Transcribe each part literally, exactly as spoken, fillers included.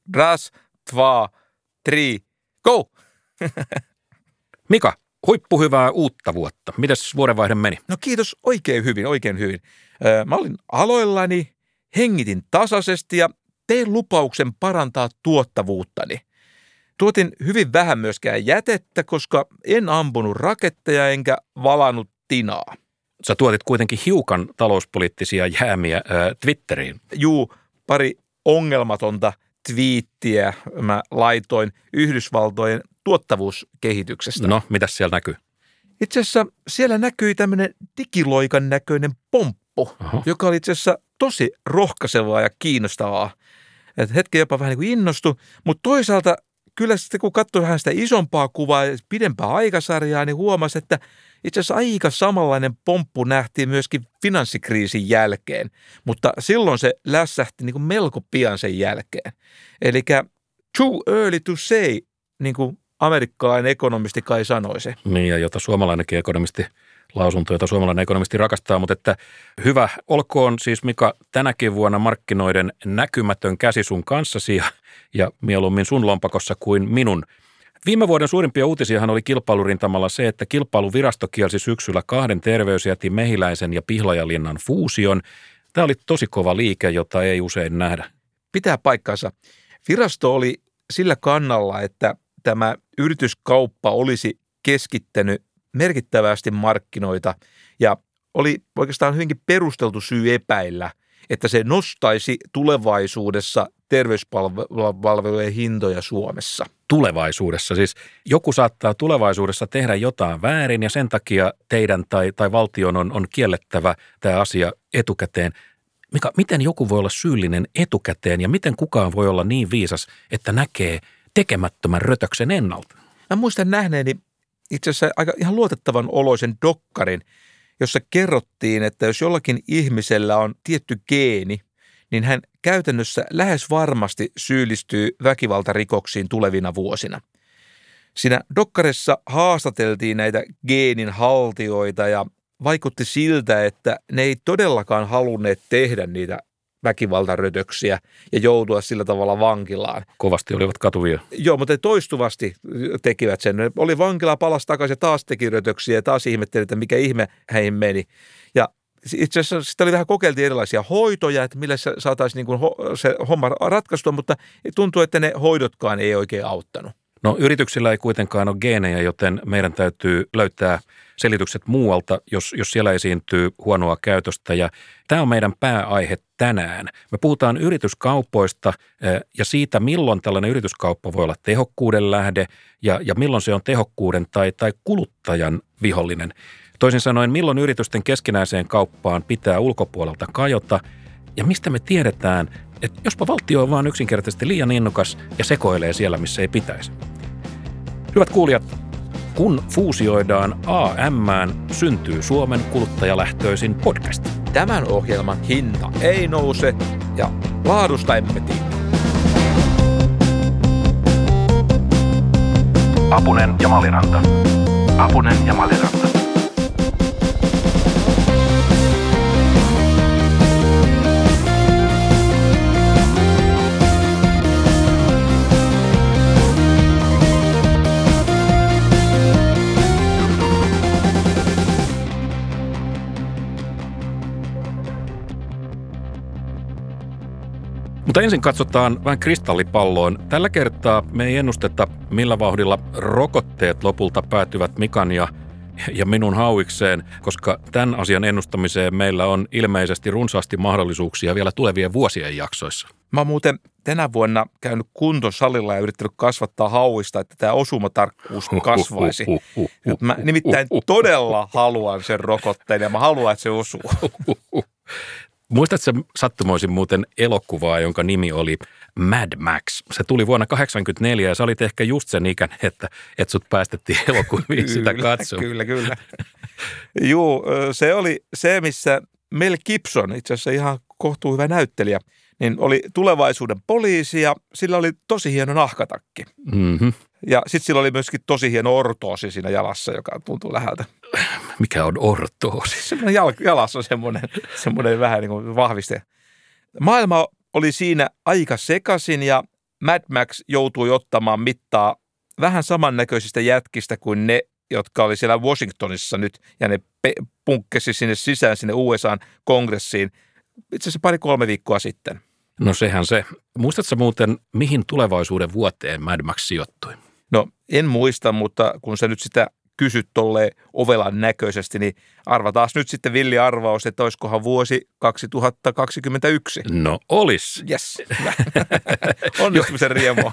Ras, dva, tri, go! Mika, huippuhyvää uutta vuotta. Mites vuodenvaihde meni? No kiitos oikein hyvin, oikein hyvin. Mä olin aloillani, hengitin tasaisesti ja tein lupauksen parantaa tuottavuuttani. Tuotin hyvin vähän myöskään jätettä, koska en ampunut raketteja enkä valannut tinaa. Sä tuotit kuitenkin hiukan talouspoliittisia jäämiä ää, Twitteriin. Juu, pari ongelmatonta twiittiä mä laitoin Yhdysvaltojen tuottavuuskehityksestä. No, mitäs siellä näkyy? Itse asiassa siellä näkyi tämmöinen digiloikan näköinen pomppu, Oho. joka oli itse asiassa tosi rohkaisevaa ja kiinnostavaa. Et hetken jopa vähän niin kuin innostui, mutta toisaalta kyllä sitten kun katsoi vähän sitä isompaa kuvaa ja pidempää aikasarjaa, niin huomasi, että itse asiassa aika samanlainen pomppu nähtiin myöskin finanssikriisin jälkeen, mutta silloin se lässähti niin kuin melko pian sen jälkeen. Eli too early to say, niin kuin amerikkalainen ekonomisti kai sanoi se. Niin, ja jota suomalainenkin ekonomisti, lausunto, jota suomalainen ekonomisti rakastaa, mutta että hyvä olkoon siis Mika tänäkin vuonna markkinoiden näkymätön käsi sun kanssasi ja, ja mieluummin sun lompakossa kuin minun. Viime vuoden suurimpia uutisiahan oli kilpailurintamalla se, että kilpailuvirasto kielsi syksyllä kahden terveysjätin Mehiläisen ja Pihlajalinnan fuusion. Tämä oli tosi kova liike, jota ei usein nähdä. Pitää paikkansa. Virasto oli sillä kannalla, että tämä yrityskauppa olisi keskittänyt merkittävästi markkinoita ja oli oikeastaan hyvinkin perusteltu syy epäillä, että se nostaisi tulevaisuudessa terveyspalvelujen hintoja Suomessa. Tulevaisuudessa. Siis joku saattaa tulevaisuudessa tehdä jotain väärin ja sen takia teidän tai, tai valtion on, on kiellettävä tämä asia etukäteen. Mika, miten joku voi olla syyllinen etukäteen ja miten kukaan voi olla niin viisas, että näkee tekemättömän rötöksen ennalta? Mä muistan nähneeni itse asiassa aika ihan luotettavan oloisen dokkarin, jossa kerrottiin, että jos jollakin ihmisellä on tietty geeni, niin hän käytännössä lähes varmasti syyllistyy väkivaltarikoksiin tulevina vuosina. Siinä dokkarissa haastateltiin näitä geenin haltijoita ja vaikutti siltä, että ne ei todellakaan halunneet tehdä niitä väkivaltarötöksiä ja joutua sillä tavalla vankilaan. Kovasti olivat katuvia. Joo, mutta toistuvasti tekivät sen. Ne oli vankila, palasi takaisin ja taas teki rötöksiä ja taas ihmetteli, että mikä ihme häihin meni. Ja itse asiassa sitä oli vähän kokeiltiin erilaisia hoitoja, että millä saataisiin niin kuin se homma ratkaistua, mutta tuntuu, että ne hoidotkaan ei oikein auttanut. No yrityksillä ei kuitenkaan ole geenejä, joten meidän täytyy löytää selitykset muualta, jos, jos siellä esiintyy huonoa käytöstä. Ja tämä on meidän pääaihe tänään. Me puhutaan yrityskaupoista ja siitä, milloin tällainen yrityskauppa voi olla tehokkuuden lähde ja, ja milloin se on tehokkuuden tai, tai kuluttajan vihollinen. Toisin sanoen, milloin yritysten keskinäiseen kauppaan pitää ulkopuolelta kajota ja mistä me tiedetään, että jospa valtio on vaan yksinkertaisesti liian innokas ja sekoilee siellä, missä ei pitäisi. Hyvät kuulijat, kun fuusioidaan A M:ään, syntyy Suomen kuluttajalähtöisin podcast. Tämän ohjelman hinta ei nouse ja laadusta emme tiedä. Apunen ja Maliranta. Apunen ja Maliranta. Mutta ensin katsotaan vähän kristallipalloon. Tällä kertaa me ei ennusteta, millä vauhdilla rokotteet lopulta päätyvät Mikan ja, ja minun hauikseen, koska tämän asian ennustamiseen meillä on ilmeisesti runsaasti mahdollisuuksia vielä tulevien vuosien jaksoissa. Mä oon muuten tänä vuonna käynyt kuntosalilla ja yrittänyt kasvattaa hauista, että tämä osumatarkkuus kasvaisi. Mä nimittäin todella haluan sen rokotteen ja mä haluan, että se osuu. Muistatko sattumoisin muuten elokuvaa, jonka nimi oli Mad Max? Se tuli vuonna tuhatyhdeksänsataakahdeksankymmentäneljä ja sä olit ehkä just sen ikäinen, että, että sut päästettiin elokuviin sitä katsomaan. Kyllä, kyllä. Juu, se oli se, missä Mel Gibson, itse asiassa ihan kohtuu hyvä näyttelijä, niin oli tulevaisuuden poliisi ja sillä oli tosi hieno nahkatakki. Mm-hmm. Ja sitten sillä oli myöskin tosi hieno ortoosi siinä jalassa, joka tuntuu läheltä. Mikä on ortoosi? Semmoinen jal- jalassa on semmoinen, semmoinen vähän niin kuin vahviste. Maailma oli siinä aika sekaisin ja Mad Max joutui ottamaan mittaa vähän samannäköisistä jätkistä kuin ne, jotka oli siellä Washingtonissa nyt, ja ne pe- punkkesi sinne sisään sinne U S A:n kongressiin itse asiassa pari-kolme viikkoa sitten. No sehän se. Muistatko muuten, mihin tulevaisuuden vuoteen Mad Max sijoittui? No en muista, mutta kun sä nyt sitä kysyt tolleen ovelan näköisesti, niin arvataan nyt sitten villi arvaus, että olisikohan vuosi kaksituhattakaksikymmentäyksi. No olis. Yes. Onnistumisen riemua.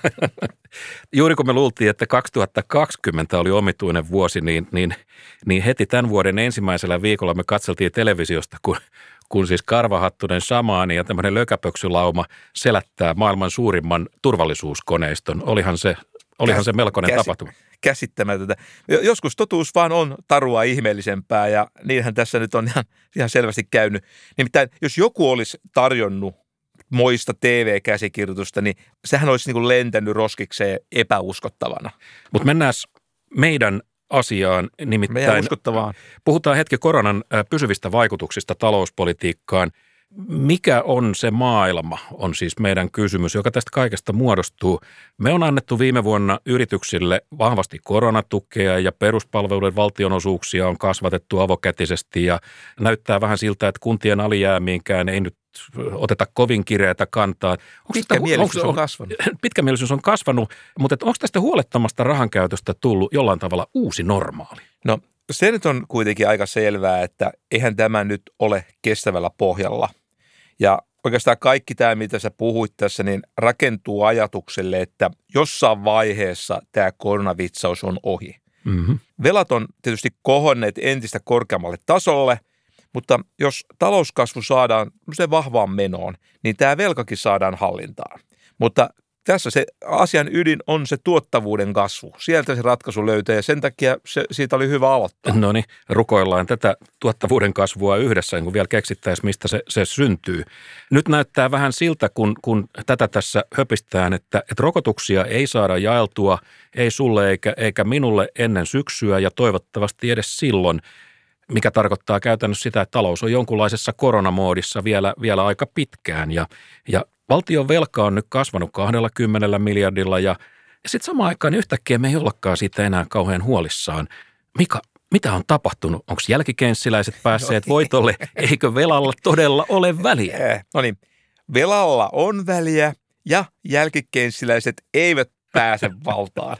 Juuri kun me luultiin, että kaksituhattakaksikymmentä oli omituinen vuosi, niin, niin, niin heti tämän vuoden ensimmäisellä viikolla me katseltiin televisiosta, kun, kun siis karvahattunen shamaani ja tämmöinen lökäpöksylauma selättää maailman suurimman turvallisuuskoneiston. Olihan se, olihan Käs, se melkoinen käsi, tapahtuma. Käsittämätöntä. Joskus totuus vaan on tarua ihmeellisempää ja niinhän tässä nyt on ihan, ihan selvästi käynyt. Nimittäin jos joku olisi tarjonnut moista T V-käsikirjoitusta, niin sehän olisi niin kuin lentänyt roskikseen epäuskottavana. Mutta mennään meidän asiaan, nimittäin puhutaan hetki koronan pysyvistä vaikutuksista talouspolitiikkaan. Mikä on se maailma, on siis meidän kysymys, joka tästä kaikesta muodostuu. Me on annettu viime vuonna yrityksille vahvasti koronatukea ja peruspalveluiden valtionosuuksia on kasvatettu avokätisesti ja näyttää vähän siltä, että kuntien alijäämiinkään ei nyt oteta kovin kireätä kantaa. Pitkämielisyys on kasvanut. Pitkämielisyys on kasvanut, mutta onko tästä huolettomasta rahankäytöstä tullut jollain tavalla uusi normaali? No se nyt on kuitenkin aika selvää, että eihän tämä nyt ole kestävällä pohjalla. Ja oikeastaan kaikki tämä, mitä sä puhuit tässä, niin rakentuu ajatukselle, että jossain vaiheessa tämä koronavitsaus on ohi. Mm-hmm. Velat on tietysti kohonneet entistä korkeammalle tasolle, mutta jos talouskasvu saadaan vahvaan menoon, niin tämä velkakin saadaan hallintaan. Mutta tässä se asian ydin on se tuottavuuden kasvu. Sieltä se ratkaisu löytää ja sen takia se, siitä oli hyvä aloittaa. No niin, rukoillaan tätä tuottavuuden kasvua yhdessä, kun vielä keksittäisiin, mistä se, se syntyy. Nyt näyttää vähän siltä, kun, kun tätä tässä höpistään, että, että rokotuksia ei saada jaeltua, ei sulle eikä, eikä minulle ennen syksyä ja toivottavasti edes silloin, mikä tarkoittaa käytännössä sitä, että talous on jonkunlaisessa koronamoodissa vielä, vielä aika pitkään ja, ja valtion velka on nyt kasvanut kaksikymmentä miljardilla ja sitten samaan aikaan yhtäkkiä me ei ollakaan siitä enää kauhean huolissaan. Mika, mitä on tapahtunut? Onko jälkikeynesiläiset päässeet voitolle? Eikö velalla todella ole väliä? No niin, velalla on väliä ja jälkikeynesiläiset eivät pääse valtaan.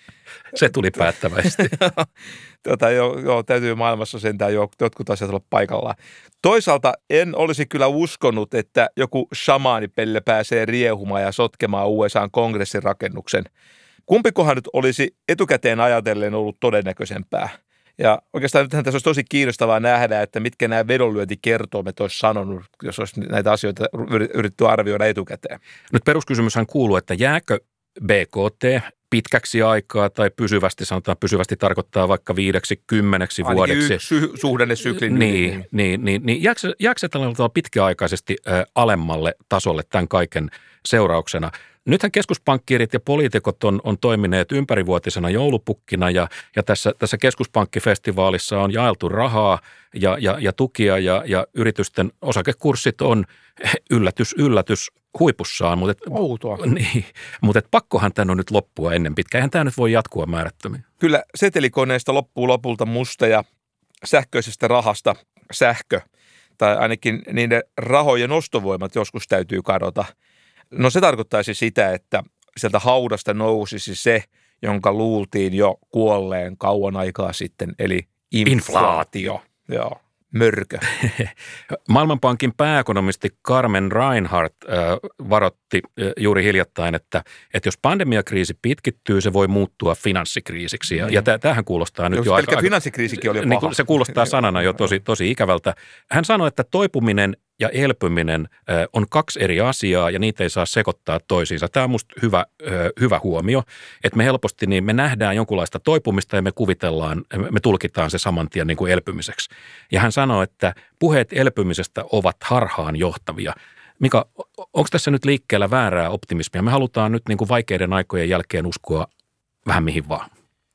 Se tuli päättäväisesti. Tota, joo, joo, täytyy maailmassa sentään jotkut asiat olla paikallaan. Toisaalta en olisi kyllä uskonut, että joku shamaanipelle pääsee riehumaan ja sotkemaan U S A:n kongressin rakennuksen. Kumpikohan nyt olisi etukäteen ajatellen ollut todennäköisempää? Ja oikeastaan nythän tässä olisi tosi kiinnostavaa nähdä, että mitkä nämä vedonlyöntikertoimet olisi sanonut, jos olisi näitä asioita yritetty arvioida etukäteen. Nyt peruskysymyshän kuuluu, että jääkö B K T pitkäksi aikaa tai pysyvästi, sanotaan pysyvästi tarkoittaa vaikka viideksi, kymmeneksi ainakin vuodeksi. Ainakin suhdannesyklin. Niin, niin, niin, niin, niin jääkö, jääkö tällä pitkäaikaisesti ä, alemmalle tasolle tämän kaiken seurauksena? Nythän keskuspankkiirit ja poliitikot on, on toimineet ympärivuotisena joulupukkina ja, ja tässä, tässä keskuspankkifestivaalissa on jaeltu rahaa ja, ja, ja tukia ja, ja yritysten osakekurssit on yllätys, yllätys huipussaan. Mutta et, Outoa. Niin, mutta et pakkohan tämän on nyt loppua ennen pitkään. Eihän tämä nyt voi jatkua määrättömiin. Kyllä setelikoneesta loppuu lopulta musta ja sähköisestä rahasta sähkö. Tai ainakin niiden rahojen ostovoimat joskus täytyy kadota. No se tarkoittaisi sitä, että sieltä haudasta nousisi se, jonka luultiin jo kuolleen kauan aikaa sitten, eli inflaatio. Joo, mörkö. Maailmanpankin pääekonomisti Carmen Reinhardt äh, varoitti äh, juuri hiljattain, että, että jos pandemiakriisi pitkittyy, se voi muuttua finanssikriisiksi. Ja, mm. ja tämähän kuulostaa nyt jos jo aika... finanssikriisikin oli jo paha. Niin, se kuulostaa sanana jo tosi, tosi ikävältä. Hän sanoi, että toipuminen ja elpyminen äh, on kaksi eri asiaa ja niitä ei saa sekoittaa toisiinsa. Tämä on musta hyvä, äh, hyvä huomio, että me helposti niin me nähdään jonkunlaista toipumista ja me kuvitellaan, me tulkitaan se saman tien niin kuin elpymiseksi. Ja hän sanoi, että puheet elpymisestä ovat harhaan johtavia. Mika, onko tässä nyt liikkeellä väärää optimismia? Me halutaan nyt niin kuin vaikeiden aikojen jälkeen uskoa vähän mihin vaan.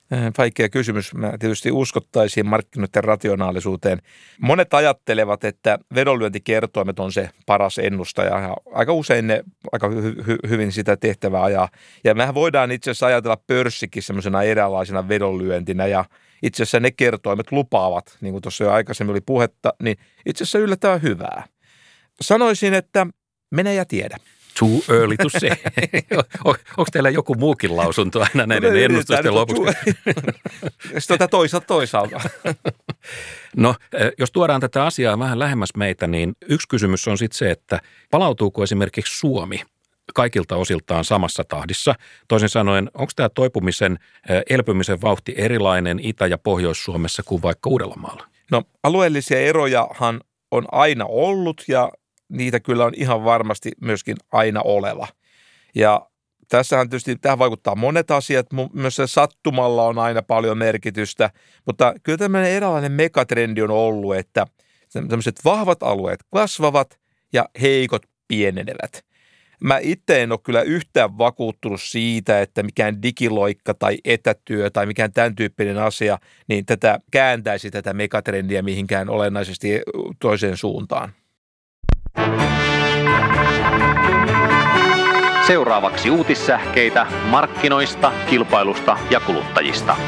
Vaikea kysymys. Mä tietysti uskottaisiin markkinoiden rationaalisuuteen. Monet ajattelevat, että vedonlyöntikertoimet on se paras ennustaja. Ja aika usein ne aika hy- hy- hyvin sitä tehtävää ajaa. Ja mehän voidaan itse asiassa ajatella pörssikin semmoisena eräänlaisena vedonlyöntinä. Ja itse asiassa ne kertoimet lupaavat, niin kuin tuossa jo aikaisemmin oli puhetta, niin itse asiassa yllättävän hyvää. Sanoisin, että mene ja tiedä. Too early to say. Onko teillä joku muukin lausunto aina näiden no, ennustusten lopuksi? Tuota toisaalta toisaalta. No, jos tuodaan tätä asiaa vähän lähemmäs meitä, niin yksi kysymys on sitten se, että palautuuko esimerkiksi Suomi kaikilta osiltaan samassa tahdissa? Toisin sanoen, onko tämä toipumisen, elpymisen vauhti erilainen Itä- ja Pohjois-Suomessa kuin vaikka Uudellamaalla? No, alueellisia erojahan on aina ollut ja niitä kyllä on ihan varmasti myöskin aina oleva. Ja tässähän tietysti tähän vaikuttaa monet asiat, myös se sattumalla on aina paljon merkitystä, mutta kyllä tämmöinen eräänlainen megatrendi on ollut, että tämmöiset vahvat alueet kasvavat ja heikot pienenevät. Mä itse en ole kyllä yhtään vakuuttunut siitä, että mikään digiloikka tai etätyö tai mikään tämän tyyppinen asia, niin tätä kääntäisi tätä megatrendiä mihinkään olennaisesti toiseen suuntaan. Seuraavaksi uutissähkeitä markkinoista, kilpailusta ja kuluttajista.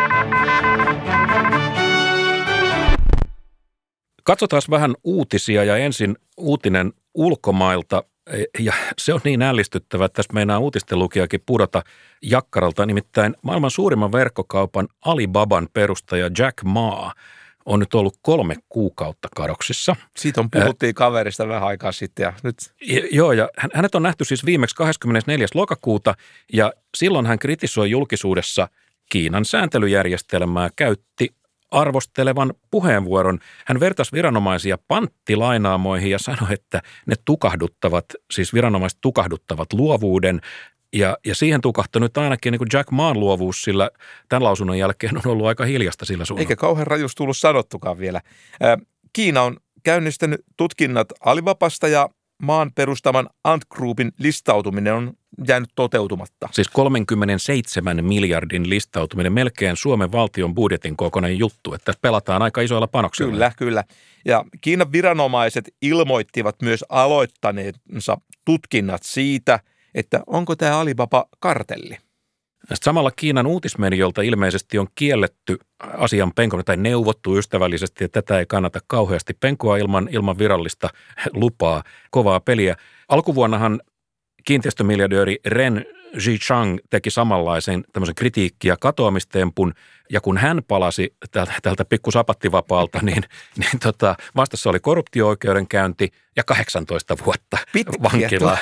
Katsotaan vähän uutisia ja ensin uutinen ulkomailta. Ja se on niin ällistyttävä, että tästä meinaa uutisten lukijakin pudota jakkaralta. Nimittäin maailman suurimman verkkokaupan Alibaban perustaja Jack Ma on nyt ollut kolme kuukautta kadoksissa. Siitä on puhuttiin kaverista vähän aikaa sitten. Ja nyt. Joo, ja hänet on nähty siis viimeksi kahdeskymmenesneljäs lokakuuta, ja silloin hän kritisoi julkisuudessa Kiinan sääntelyjärjestelmää, käytti arvostelevan puheenvuoron. Hän vertasi viranomaisia panttilainaamoihin ja sanoi, että ne tukahduttavat, siis viranomaiset tukahduttavat luovuuden. Ja, ja siihen tukahtui nyt ainakin niin kuin Jack Maan luovuus, sillä tämän lausunnon jälkeen on ollut aika hiljasta sillä suunnalla. Eikä kauhean rajusti tullut sanottukaan vielä. Kiina on käynnistänyt tutkinnat Alibabasta ja maan perustaman Ant Groupin listautuminen on jäänyt toteutumatta. Siis kolmekymmentäseitsemän miljardin listautuminen, melkein Suomen valtion budjetin kokoinen juttu, että tässä pelataan aika isoilla panoksilla. Kyllä, kyllä. Ja Kiinan viranomaiset ilmoittivat myös aloittaneensa tutkinnat siitä, että onko tämä Alibaba kartelli. Samalla Kiinan uutismediolta ilmeisesti on kielletty asian penkoa tai neuvottu ystävällisesti, että tätä ei kannata kauheasti penkoa ilman, ilman virallista lupaa, kovaa peliä. Alkuvuonnahan kiinteistömiljardööri Ren Zhichang teki samanlaisen tämmöisen kritiikki- ja katoamistempun, ja kun hän palasi tältä, tältä pikkusapattivapaalta, niin, niin tota, vastassa oli korruptio-oikeudenkäynti ja kahdeksantoista vuotta vankilaa.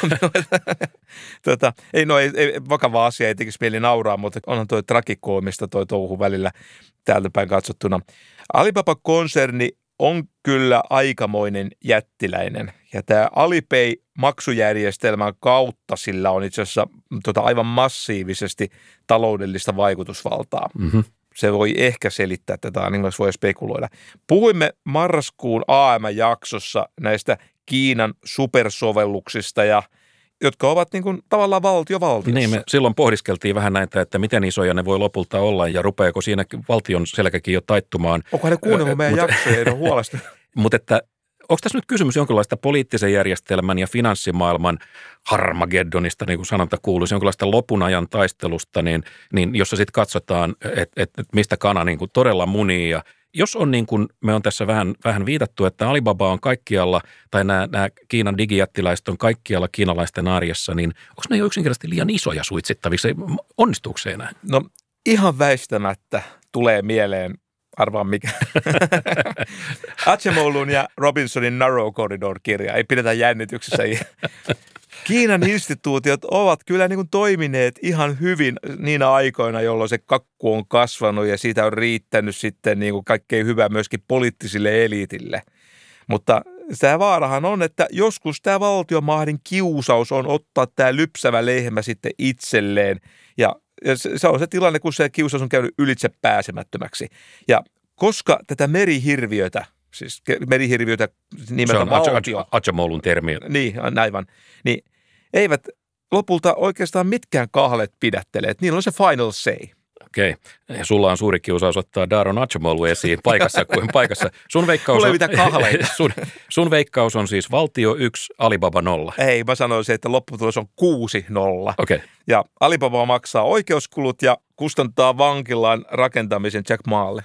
tota, ei, no, ei, ei, vakava asia, ei tekisi mieli nauraa, mutta onhan toi tragikoomista toi touhu välillä täältä päin katsottuna. Alibaba-konserni on kyllä aikamoinen jättiläinen, ja tämä Alipay-maksujärjestelmän kautta sillä on itse asiassa tota, aivan massiivisesti taloudellista vaikutusvaltaa. Mm-hmm. Se voi ehkä selittää tätä, niin kuin voi spekuloida. Puhuimme marraskuun A M-jaksossa näistä Kiinan supersovelluksista, ja jotka ovat niin kuin tavallaan valtiovaltiossa. Niin, me silloin pohdiskeltiin vähän näitä, että miten isoja ne voi lopulta olla ja rupeako siinä valtion selkäkin jo taittumaan. Onko ne kuunnellut meidän Mut, jaksoja, ei ole huolestunut. Mutta että onko tässä nyt kysymys jonkinlaista poliittisen järjestelmän ja finanssimaailman Harmageddonista, niin kuin sanonta kuuluisi, jonkinlaista lopun ajan taistelusta, niin, niin jossa sitten katsotaan, että et, et mistä kana niin kuin todella munii. Ja jos on niin kuin me on tässä vähän, vähän viitattu, että Alibaba on kaikkialla, tai nämä, nämä Kiinan digijättiläiset on kaikkialla kiinalaisten arjessa, niin onko ne jo yksinkertaisesti liian isoja suitsittaviksi? Onnistuuko se enää? No ihan väistämättä tulee mieleen, arvaan mikä, Acemoglu'n ja Robinsonin Narrow Corridor-kirja. Ei pidetä jännityksessä. Kiinan instituutiot ovat kyllä niin kuin toimineet ihan hyvin niinä aikoina, jolloin se kakku on kasvanut ja siitä on riittänyt sitten niin kuin kaikkein hyvää myöskin poliittisille eliitille. Mutta tämä vaarahan on, että joskus tämä valtiomahdin kiusaus on ottaa tämä lypsävä lehmä sitten itselleen ja Ja se on se tilanne, kun se kiusaus on käynyt ylitse pääsemättömäksi. Ja koska tätä merihirviötä, siis merihirviötä nimeltä valtio. Se on Acemoglu'n termi. Niin, aivan. Niin eivät lopulta oikeastaan mitkään kahlet pidättele. Niillä on se final say. Okei. Ja sulla on suuri kiusaus ottaa Daron Acemoglu esiin paikassa kuin paikassa. Sun veikkaus Mulla ei on, mitään kahleita. sun, sun veikkaus on siis valtio yksi, Alibaba nolla. Ei, mä sanoisin, että lopputulos on kuusi nolla. Okei. Ja Alibaba maksaa oikeuskulut ja kustantaa vankilan rakentamisen Jack Maalle.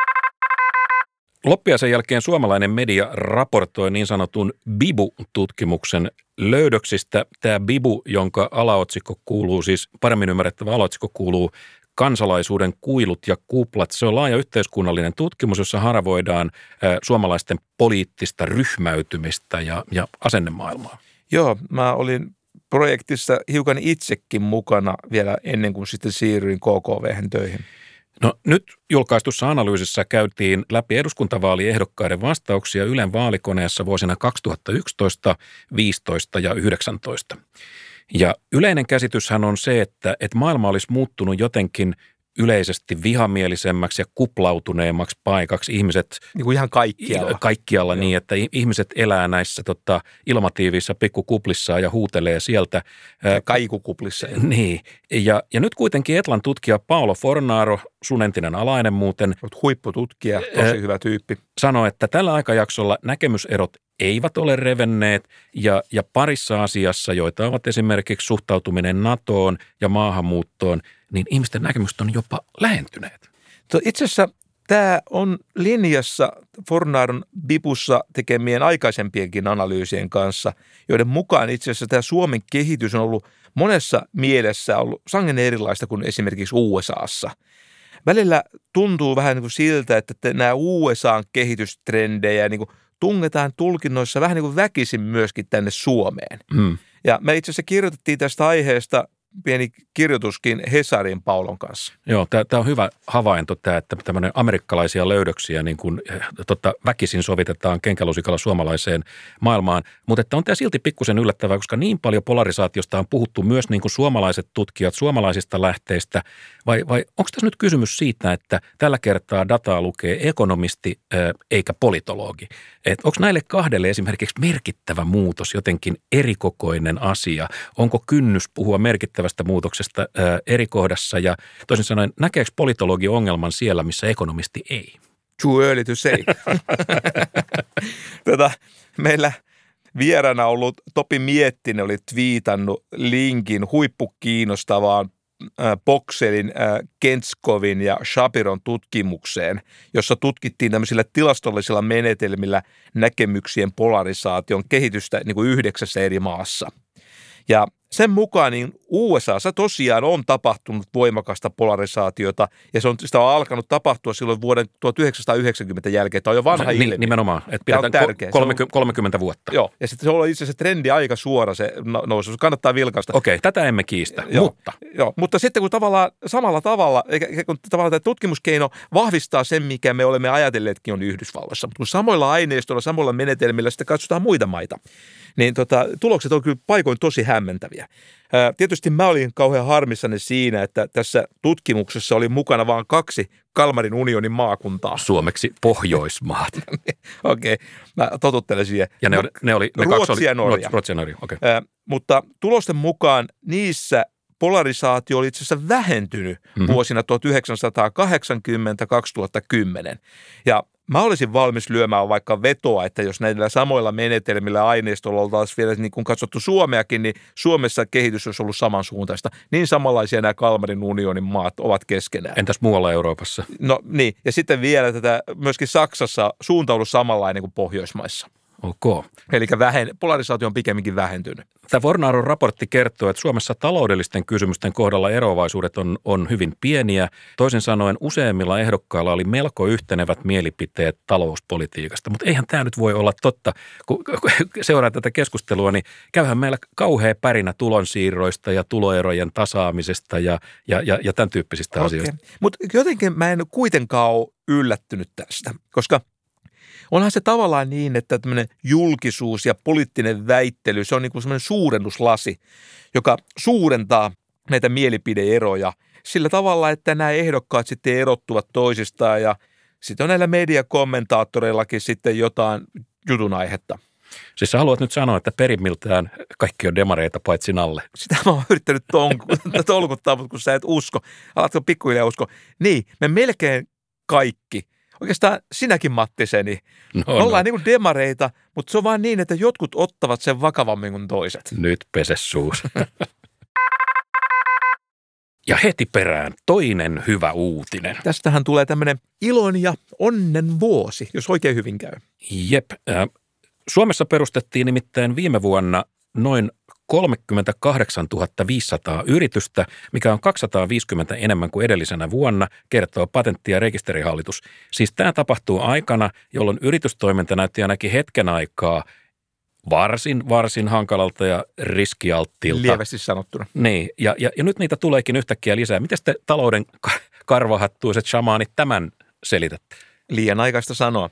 Loppiaisen jälkeen suomalainen media raportoi niin sanotun Bibu-tutkimuksen löydöksistä. Tämä Bibu, jonka alaotsikko kuuluu, siis paremmin ymmärrettävä alaotsikko kuuluu kansalaisuuden kuilut ja kuplat. Se on laaja yhteiskunnallinen tutkimus, jossa haravoidaan ä, suomalaisten poliittista ryhmäytymistä ja, ja asennemaailmaa. Joo, mä olin projektissa hiukan itsekin mukana vielä ennen kuin sitten siirryin K K V:hen töihin. No nyt julkaistussa analyysissä käytiin läpi eduskuntavaaliehdokkaiden vastauksia Ylen vaalikoneessa vuosina kaksituhattayksitoista, viisitoista ja yhdeksäntoista. Ja yleinen käsityshän on se, että, että maailma olisi muuttunut jotenkin yleisesti vihamielisemmäksi ja kuplautuneemmaksi paikaksi. Ihmiset niin kuin ihan kaikkialla. Kaikkialla Joo. niin, että ihmiset elää näissä tota, ilmatiiviissa pikkukuplissaan ja huutelee sieltä. Ja kaikukuplissa. Niin. Ja, ja nyt kuitenkin Etlan tutkija Paolo Fornaro, sun entinen alainen muuten. Olet huippututkija, tosi hyvä tyyppi. Sanoi, että tällä aikajaksolla näkemyserot eivät ole revenneet ja, ja parissa asiassa, joita ovat esimerkiksi suhtautuminen NATOon ja maahanmuuttoon, niin ihmisten näkemykset on jopa lähentyneet. Itse asiassa tämä on linjassa Fornaron Bibussa tekemien aikaisempienkin analyysien kanssa, joiden mukaan itse asiassa tämä Suomen kehitys on ollut monessa mielessä ollut sangen erilaista kuin esimerkiksi U S A:ssa. Välillä tuntuu vähän niin kuin siltä, että nämä U S A:n kehitystrendejä niin kuin tungetaan tulkinnoissa vähän niin kuin väkisin myöskin tänne Suomeen. Hmm. Ja me itse asiassa kirjoitettiin tästä aiheesta pieni kirjoituskin Hesarin Paulon kanssa. Joo, tämä on hyvä havainto tämä, että tämmöinen amerikkalaisia löydöksiä niin kuin, totta, väkisin sovitetaan kenkälusikalla suomalaiseen maailmaan, mutta että on tämä silti pikkusen yllättävää, koska niin paljon polarisaatiosta on puhuttu myös niin kuin suomalaiset tutkijat suomalaisista lähteistä, vai, vai onko tässä nyt kysymys siitä, että tällä kertaa dataa lukee ekonomisti ää, eikä politologi? Et onko näille kahdelle esimerkiksi merkittävä muutos jotenkin erikokoinen asia? Onko kynnys puhua merkittävästä muutoksesta ää, eri kohdassa ja toisin sanoen, näkeekö politologi ongelman siellä, missä ekonomisti ei? Too early to say. Tätä, meillä vieraana ollut Topi Miettinen oli twiitannut linkin huippukiinnostavaan äh, Boxelin, äh, Kenskovin ja Shapiron tutkimukseen, jossa tutkittiin tämmöisillä tilastollisilla menetelmillä näkemyksien polarisaation kehitystä niin kuin yhdeksässä eri maassa. Ja sen mukaan niin U S A:ssa tosiaan on tapahtunut voimakasta polarisaatiota ja se on, sitä on alkanut tapahtua silloin vuoden tuhatyhdeksänsataayhdeksänkymmentä jälkeen. Tämä on jo vanha Ni, ilmiö. Nimenomaan, että pidetään kolmekymmentä, kolmekymmentä vuotta. Joo, ja sitten se on itse asiassa trendi aika suora se nousu. Se kannattaa vilkaista. Okei, tätä emme kiistä, joo, mutta. Joo, mutta sitten kun tavallaan samalla tavalla, kun tavallaan tämä tutkimuskeino vahvistaa sen, mikä me olemme ajatelleetkin on Yhdysvalloissa, mutta kun samoilla aineistoilla, samoilla menetelmillä sitten katsotaan muita maita, niin tota, tulokset on kyllä paikoin tosi hämmentäviä. Ää, tietysti mä olin kauhean harmissani siinä, että tässä tutkimuksessa oli mukana vain kaksi Kalmarin unionin maakuntaa. Suomeksi Pohjoismaat. Okei, okay, mä totuttelen siihen. Ja ne, oli, ne oli, ne Ruotsi kaksi ja oli, Norja. Ruotsi ja Norja, okei. Okay. Mutta tulosten mukaan niissä polarisaatio oli itse asiassa vähentynyt mm-hmm. vuosina tuhatyhdeksänsataakahdeksankymmentä kaksituhattakymmenen. Ja mä olisin valmis lyömään vaikka vetoa, että jos näillä samoilla menetelmillä ja aineistolla oltaisiin vielä niin kuin katsottu Suomeakin, niin Suomessa kehitys olisi ollut samansuuntaista. Niin samanlaisia nämä Kalmarin unionin maat ovat keskenään. Entäs muualla Euroopassa? No niin, ja sitten vielä tätä myöskin Saksassa suunta on ollut samanlainen kuin Pohjoismaissa. Ok. Eli vähen, polarisaatio on pikemminkin vähentynyt. Tämä Fornaron raportti kertoo, että Suomessa taloudellisten kysymysten kohdalla eroavaisuudet on, on hyvin pieniä. Toisin sanoen useimmilla ehdokkailla oli melko yhtenevät mielipiteet talouspolitiikasta, mutta eihän tämä nyt voi olla totta. Kun seuraa tätä keskustelua, niin käyhän meillä kauhea pärinä tulonsiirroista ja tuloerojen tasaamisesta ja, ja, ja, ja tämän tyyppisistä okay. asioista. Mutta jotenkin mä en kuitenkaan ole yllättynyt tästä, koska onhan se tavallaan niin, että tämmöinen julkisuus ja poliittinen väittely, se on niin kuin semmoinen suurennuslasi, joka suurentaa näitä mielipideeroja sillä tavalla, että nämä ehdokkaat sitten erottuvat toisistaan ja sitten on näillä mediakommentaattoreillakin sitten jotain jutun aihetta. Siis sä haluat nyt sanoa, että perimmiltään kaikki on demareita paitsi Nalle. Sitä mä oon yrittänyt tonku- tolkuttaa, mutta kun sä et usko, alatko pikkuhiljaa usko. Niin, me melkein kaikki, oikeastaan sinäkin Mattiseni, no, ollaan no. niin kuin demareita, mutta se on vaan niin, että jotkut ottavat sen vakavammin kuin toiset. Nyt pese suus. Ja heti perään toinen hyvä uutinen. Tästähän tulee tämmöinen ilon ja onnen vuosi, jos oikein hyvin käy. Jep. Suomessa perustettiin nimittäin viime vuonna noin kolmekymmentäkahdeksantuhatta viisisataa yritystä, mikä on kaksisataaviisikymmentä enemmän kuin edellisenä vuonna, kertoo Patentti- ja rekisterihallitus. Siis tämä tapahtuu aikana, jolloin yritystoiminta näytti ainakin hetken aikaa varsin, varsin hankalalta ja riskialttiilta. Lievästi sanottuna. Niin, ja, ja, ja nyt niitä tuleekin yhtäkkiä lisää. Miten te talouden karvahattuiset shamaanit tämän selitätte? Liian aikaista sanoa.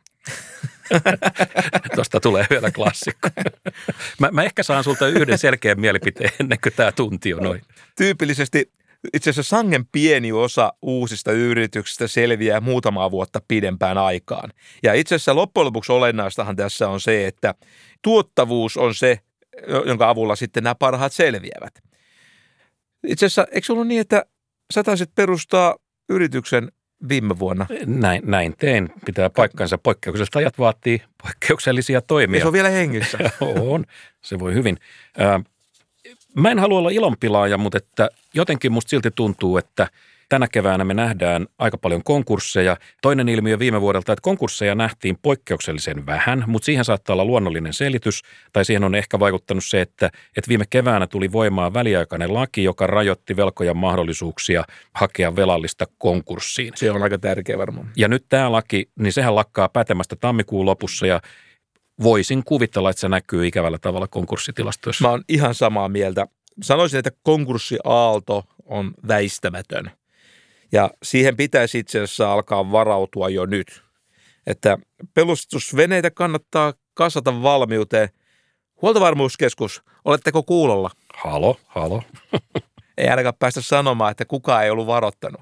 Tuosta tulee vielä klassikko. Mä, mä ehkä saan sulta yhden selkeän mielipiteen ennen kuin tämä tunti on noin. Tyypillisesti itse asiassa sangen pieni osa uusista yrityksistä selviää muutamaa vuotta pidempään aikaan. Ja itse asiassa loppujen lopuksi olennaistahan tässä on se, että tuottavuus on se, jonka avulla sitten nämä parhaat selviävät. Itse asiassa eikö ollut niin, että sä taisit perustaa yrityksen viime vuonna? Näin, näin tein. Pitää paikkansa. Poikkeukselliset ajat vaatii poikkeuksellisia toimia. Ja se on vielä hengissä. On, se voi hyvin. Mä en halua olla ilonpilaaja, mutta että jotenkin musta silti tuntuu, että tänä keväänä me nähdään aika paljon konkursseja. Toinen ilmiö viime vuodelta, että konkursseja nähtiin poikkeuksellisen vähän, mutta siihen saattaa olla luonnollinen selitys. Tai siihen on ehkä vaikuttanut se, että, että viime keväänä tuli voimaan väliaikainen laki, joka rajoitti velkojan mahdollisuuksia hakea velallista konkurssiin. Se on aika tärkeä varmaan. Ja nyt tämä laki, niin sehän lakkaa pätemästä tammikuun lopussa ja voisin kuvitella, että se näkyy ikävällä tavalla konkurssitilastoissa. Mä oon ihan samaa mieltä. Sanoisin, että konkurssiaalto on väistämätön. Ja siihen pitäisi itse asiassa alkaa varautua jo nyt. Että pelastusveneitä kannattaa kasata valmiuteen. Huoltovarmuuskeskus, oletteko kuulolla? Halo, halo. Ei ainakaan päästä sanomaan, että kukaan ei ollut varoittanut.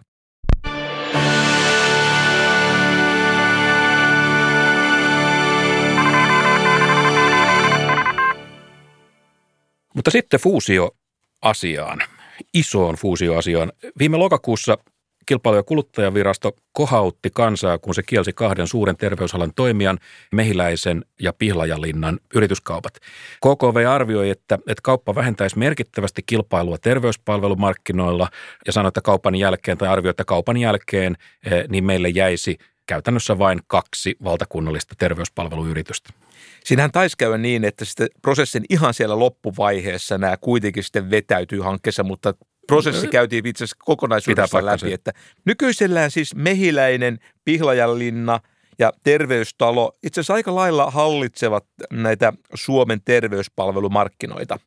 Mutta sitten fuusioasiaan, isoon fuusioasiaan. Viime lokakuussa Kilpailu- ja kuluttajavirasto kohautti kansaa, kun se kielsi kahden suuren terveysalan toimijan, Mehiläisen ja Pihlajalinnan yrityskaupat. K K V arvioi, että, että kauppa vähentäisi merkittävästi kilpailua terveyspalvelumarkkinoilla ja sanoi, että kaupan jälkeen, tai arvioi, että kaupan jälkeen niin meille jäisi käytännössä vain kaksi valtakunnallista terveyspalveluyritystä. Siinähän taisi käydä niin, että sitten prosessin ihan siellä loppuvaiheessa nämä kuitenkin sitten vetäytyy hankkeessa, mutta prosessi käytiin itse asiassa kokonaisuudessaan läpi, että nykyisellään siis Mehiläinen, Pihlajalinna ja Terveystalo itse asiassa aika lailla hallitsevat näitä Suomen terveyspalvelumarkkinoita.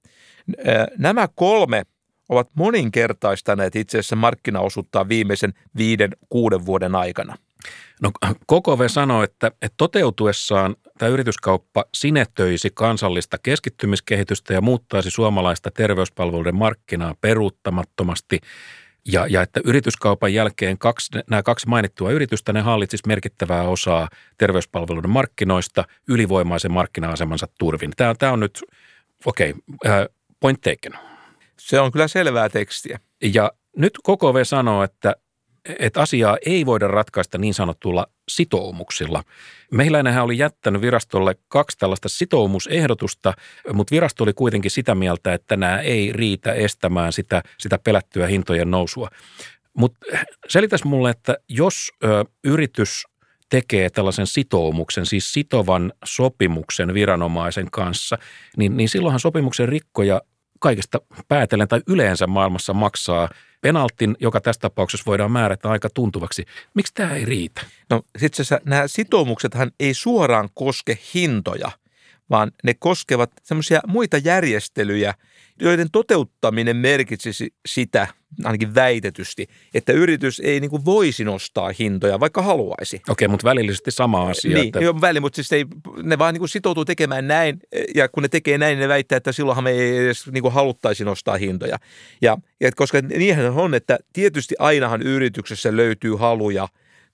Nämä kolme ovat moninkertaistaneet itse asiassa markkinaosuuttaan viimeisen viiden, kuuden vuoden aikana. No K K V sanoo, että, että toteutuessaan tämä yrityskauppa sinetöisi kansallista keskittymiskehitystä ja muuttaisi suomalaista terveyspalveluiden markkinaa peruuttamattomasti. Ja, ja että yrityskaupan jälkeen kaksi, nämä kaksi mainittua yritystä, ne hallitsisi merkittävää osaa terveyspalveluiden markkinoista ylivoimaisen markkina-asemansa turvin. Tämä, tämä on nyt, okei, okay, point taken. Se on kyllä selvää tekstiä. Ja nyt K K V sanoo, että että asiaa ei voida ratkaista niin sanottuilla sitoumuksilla. Mehiläinenhän oli jättänyt virastolle kaksi tällaista sitoumusehdotusta, mutta virasto oli kuitenkin sitä mieltä, että nämä ei riitä estämään sitä, sitä pelättyä hintojen nousua. Mutta selitäisi mulle, että jos ö, yritys tekee tällaisen sitoumuksen, siis sitovan sopimuksen viranomaisen kanssa, niin, niin silloinhan sopimuksen rikkoja kaikesta päätellen tai yleensä maailmassa maksaa penaltin, joka tässä tapauksessa voidaan määrätä aika tuntuvaksi. Miksi tämä ei riitä? No itse asiassa nämä sitoumuksethan ei suoraan koske hintoja, vaan ne koskevat semmoisia muita järjestelyjä, joiden toteuttaminen merkitsisi sitä, ainakin väitetysti, että yritys ei niin kuin voisi nostaa hintoja, vaikka haluaisi. Okei, mutta välillisesti sama asia. Niin, että... jo väli, mutta siis ei, ne vaan niin kuin sitoutuu tekemään näin, ja kun ne tekee näin, niin ne väittää, että silloinhan me ei edes niin kuin haluttaisi nostaa hintoja. Ja, ja koska niinhän on, että tietysti ainahan yrityksessä löytyy haluja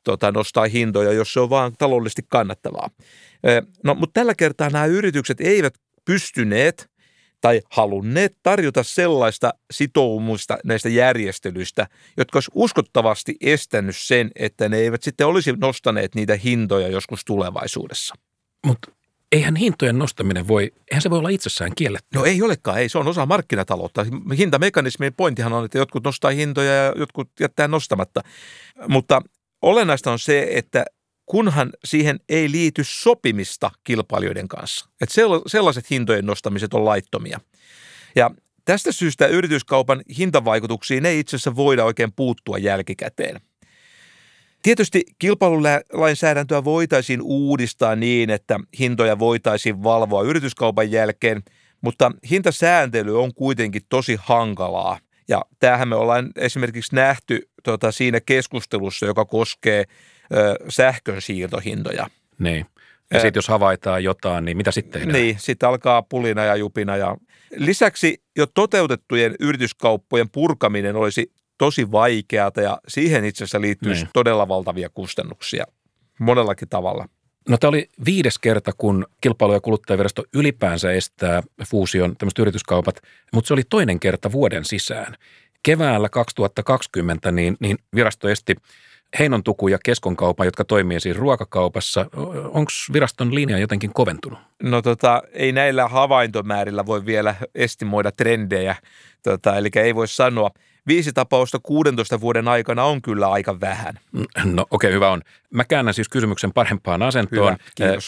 tota, nostaa hintoja, jos se on vaan taloudellisesti kannattavaa. No, mutta tällä kertaa nämä yritykset eivät pystyneet tai halunneet tarjota sellaista sitoumusta näistä järjestelyistä, jotka olisi uskottavasti estänyt sen, että ne eivät sitten olisi nostaneet niitä hintoja joskus tulevaisuudessa. Mutta eihän hintojen nostaminen voi, eihän se voi olla itsessään kielletty. No ei olekaan, ei. Se on osa markkinataloutta. Hintamekanismien pointtihan on, että jotkut nostaa hintoja ja jotkut jättää nostamatta. Mutta olennaista on se, että kunhan siihen ei liity sopimista kilpailijoiden kanssa. Että sellaiset hintojen nostamiset on laittomia. Ja tästä syystä yrityskaupan hintavaikutuksiin ei itse asiassa voida oikein puuttua jälkikäteen. Tietysti kilpailulainsäädäntöä voitaisiin uudistaa niin, että hintoja voitaisiin valvoa yrityskaupan jälkeen, mutta hintasääntely on kuitenkin tosi hankalaa. Ja tämähän me ollaan esimerkiksi nähty tuota, siinä keskustelussa, joka koskee ö, sähkön siirtohintoja. Niin. Ja sitten jos havaitaan jotain, niin mitä sitten tehdään? Niin, sitten alkaa pulina ja jupina. Ja lisäksi jo toteutettujen yrityskauppojen purkaminen olisi tosi vaikeata ja siihen itse asiassa liittyisi niin todella valtavia kustannuksia monellakin tavalla. No tämä oli viides kerta, kun Kilpailu- ja kuluttajavirasto ylipäänsä estää fuusion tämmöiset yrityskaupat, mutta se oli toinen kerta vuoden sisään. Keväällä kaksituhattakaksikymmentä niin, niin virasto esti Heinon Tuku ja Keskon kaupan, jotka toimii siis ruokakaupassa. Onko viraston linja jotenkin koventunut? No tota, ei näillä havaintomäärillä voi vielä estimoida trendejä, tota, eli ei voi sanoa. Viisi tapausta kuudentoista vuoden aikana on kyllä aika vähän. No okei, okay, hyvä on. Mä käännän siis kysymyksen parempaan asentoon. Hyvä, kiitos.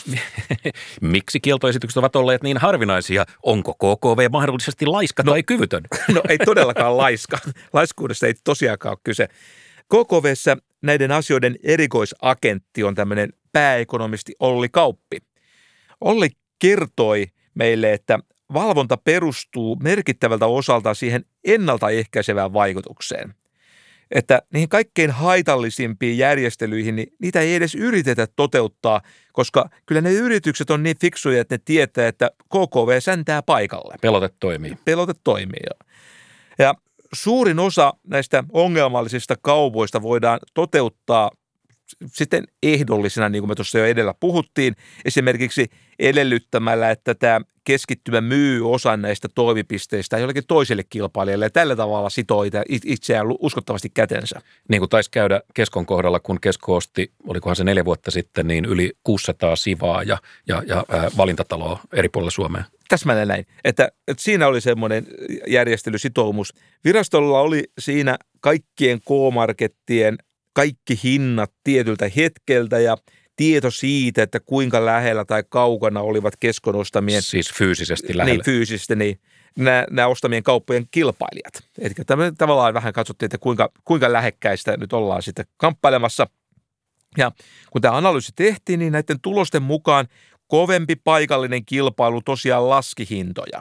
Miksi kieltoesitykset ovat olleet niin harvinaisia? Onko K K V mahdollisesti laiska no, tai kyvytön? No ei todellakaan laiska. Laiskuudesta ei tosiaankaan ole kyse. K K V:ssä näiden asioiden erikoisagentti on tämmöinen pääekonomisti Olli Kauppi. Olli kertoi meille, että valvonta perustuu merkittävältä osalta siihen ennaltaehkäisevään vaikutukseen. Että niihin kaikkein haitallisimpiin järjestelyihin, niin niitä ei edes yritetä toteuttaa, koska kyllä ne yritykset on niin fiksuja, että ne tietää, että K K V säntää paikalle. Pelote toimii. Pelote toimii, joo. Ja suurin osa näistä ongelmallisista kaupoista voidaan toteuttaa sitten ehdollisena, niin kuin me tuossa jo edellä puhuttiin, esimerkiksi edellyttämällä, että tämä keskittymä myy osan näistä toimipisteistä jollekin toiselle kilpailijalle ja tällä tavalla sitoo itseään uskottavasti kätensä. Niin kuin taisi käydä Keskon kohdalla, kun Kesko osti, olikohan se neljä vuotta sitten, niin yli kuusisataa sivaa ja, ja, ja ää, valintataloa eri puolilla Suomea. Täsmälleen näin, että, että siinä oli semmoinen järjestelysitoumus. Virastolla oli siinä kaikkien K-markettien kaikki hinnat tietyltä hetkeltä ja tieto siitä, että kuinka lähellä tai kaukana olivat Keskon ostamien. Siis fyysisesti lähellä. Niin, fyysisesti, niin nämä, nämä ostamien kauppojen kilpailijat. Eli tavallaan vähän katsottiin, että kuinka, kuinka lähekkäistä nyt ollaan sitten kamppailemassa. Ja kun tämä analyysi tehtiin, niin näiden tulosten mukaan kovempi paikallinen kilpailu tosiaan laski hintoja.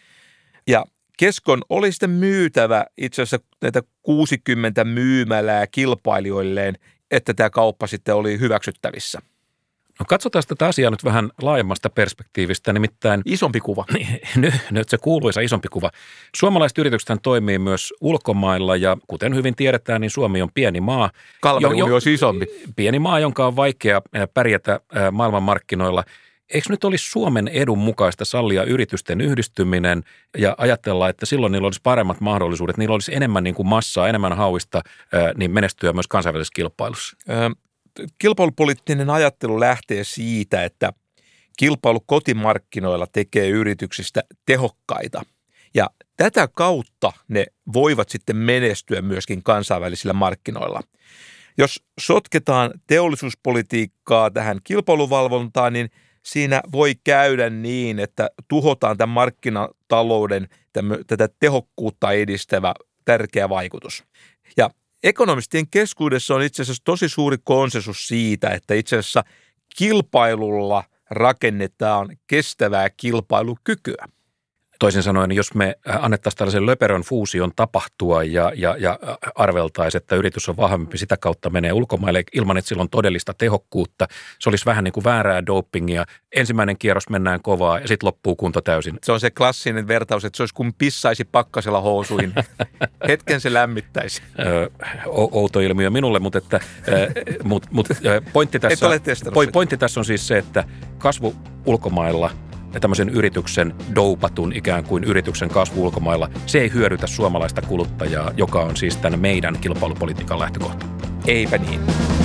Ja Keskon oli sitten myytävä itse asiassa näitä kuusikymmentä myymälää kilpailijoilleen, että tämä kauppa sitten oli hyväksyttävissä. No katsotaan tätä asiaa nyt vähän laajemmasta perspektiivistä, nimittäin isompi kuva. Nyt, nyt se kuuluisa isompi kuva. Suomalaiset yritykset toimii myös ulkomailla ja kuten hyvin tiedetään, niin Suomi on pieni maa. Kalmari olisi isompi. Pieni maa, jonka on vaikea pärjätä maailmanmarkkinoilla. Eikö nyt olisi Suomen edun mukaista sallia yritysten yhdistyminen ja ajatella, että silloin niillä olisi paremmat mahdollisuudet, niillä olisi enemmän niin kuin massaa, enemmän hauista, niin menestyä myös kansainvälisessä kilpailussa? Kilpailupoliittinen ajattelu lähtee siitä, että kilpailu kotimarkkinoilla tekee yrityksistä tehokkaita ja tätä kautta ne voivat sitten menestyä myöskin kansainvälisillä markkinoilla. Jos sotketaan teollisuuspolitiikkaa tähän kilpailuvalvontaan, niin siinä voi käydä niin, että tuhotaan tämän markkinatalouden tämmö, tätä tehokkuutta edistävä tärkeä vaikutus. Ja ekonomistien keskuudessa on itse asiassa tosi suuri konsensus siitä, että itse asiassa kilpailulla rakennetaan kestävää kilpailukykyä. Toisin sanoen, jos me annettaisiin tällaisen löperön fuusion tapahtua ja, ja, ja arveltaisiin, että yritys on vahvempi, sitä kautta menee ulkomaille ilman, että sillä on todellista tehokkuutta. Se olisi vähän niin kuin väärää dopingia. Ensimmäinen kierros mennään kovaa ja sitten loppuu kunto täysin. Se on se klassinen vertaus, että se olisi kuin pissaisi pakkasella housuihin. Hetken se lämmittäisi. Outo ilmiö minulle, mutta, että, mut, mut, pointti, tässä, pointti tässä on siis se, että kasvu ulkomailla ja tämmöisen yrityksen doupatun ikään kuin yrityksen kasvu ulkomailla, se ei hyödytä suomalaista kuluttajaa, joka on siis tämän meidän kilpailupolitiikan lähtökohta. Eipä niin.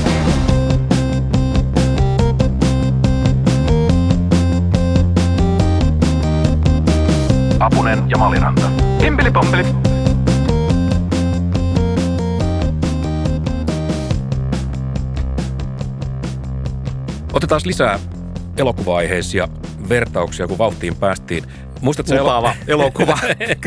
Apunen ja Maliranta. Himpeli pompeli. Otetaan lisää elokuva-aiheisia vertauksia, kun vauhtiin päästiin. Muistatko lupaava elo- elokuva?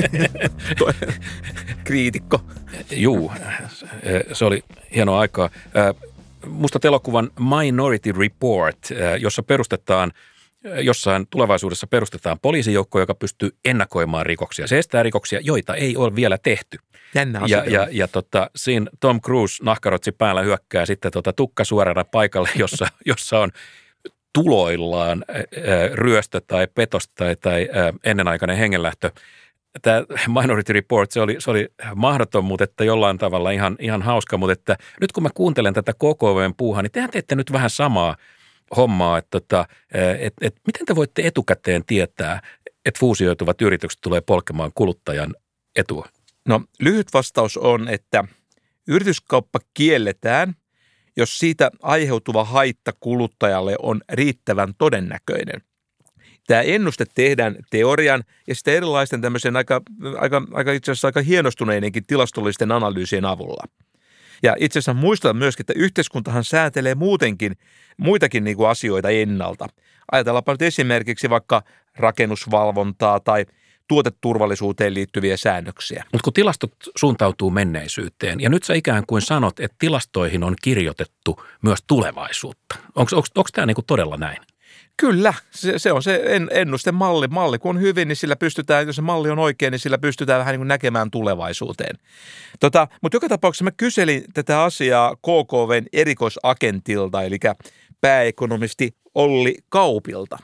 Kriitikko. Juu, se oli hienoa aikaa. Muistat elokuvan Minority Report, jossa perustetaan, jossain tulevaisuudessa perustetaan poliisijoukko, joka pystyy ennakoimaan rikoksia. Se estää rikoksia, joita ei ole vielä tehty. Jännä ja, ja, ja tota, siinä Tom Cruise nahkarotsi päällä hyökkää sitten tota tukka suorana paikalle, jossa, jossa on tuloillaan ää, ryöstö tai petos tai, tai ää, ennenaikainen hengenlähtö. Tämä Minority Report, se oli, se oli mahdoton, mutta että jollain tavalla ihan, ihan hauska, mutta että nyt kun mä kuuntelen tätä K K V:n puuhaa, niin tehän teette nyt vähän samaa hommaa, että tota, et, et, miten te voitte etukäteen tietää, että fuusioituvat yritykset tulee polkemaan kuluttajan etua? No lyhyt vastaus on, että yrityskauppa kielletään, jos siitä aiheutuva haitta kuluttajalle on riittävän todennäköinen. Tämä ennuste tehdään teorian ja sitten erilaisten tämmöisen aika, aika, aika itse asiassa aika hienostuneidenkin tilastollisten analyysien avulla. Ja itse asiassa muistan myöskin, että yhteiskuntahan säätelee muutenkin muitakin niin kuin asioita ennalta. Ajatellaanpa nyt esimerkiksi vaikka rakennusvalvontaa tai tuoteturvallisuuteen liittyviä säännöksiä. Mutta kun tilastot suuntautuu menneisyyteen, ja nyt sä ikään kuin sanot, että tilastoihin on kirjoitettu myös tulevaisuutta. Onko tämä niinku todella näin? Kyllä, se, se on se ennustemalli. Malli kun on hyvin, niin sillä pystytään, jos se malli on oikein, niin sillä pystytään vähän niin kuin näkemään tulevaisuuteen. Tota, mutta joka tapauksessa mä kyselin tätä asiaa K K V:n erikoisagentilta, eli pääekonomisti Olli Kaupilta.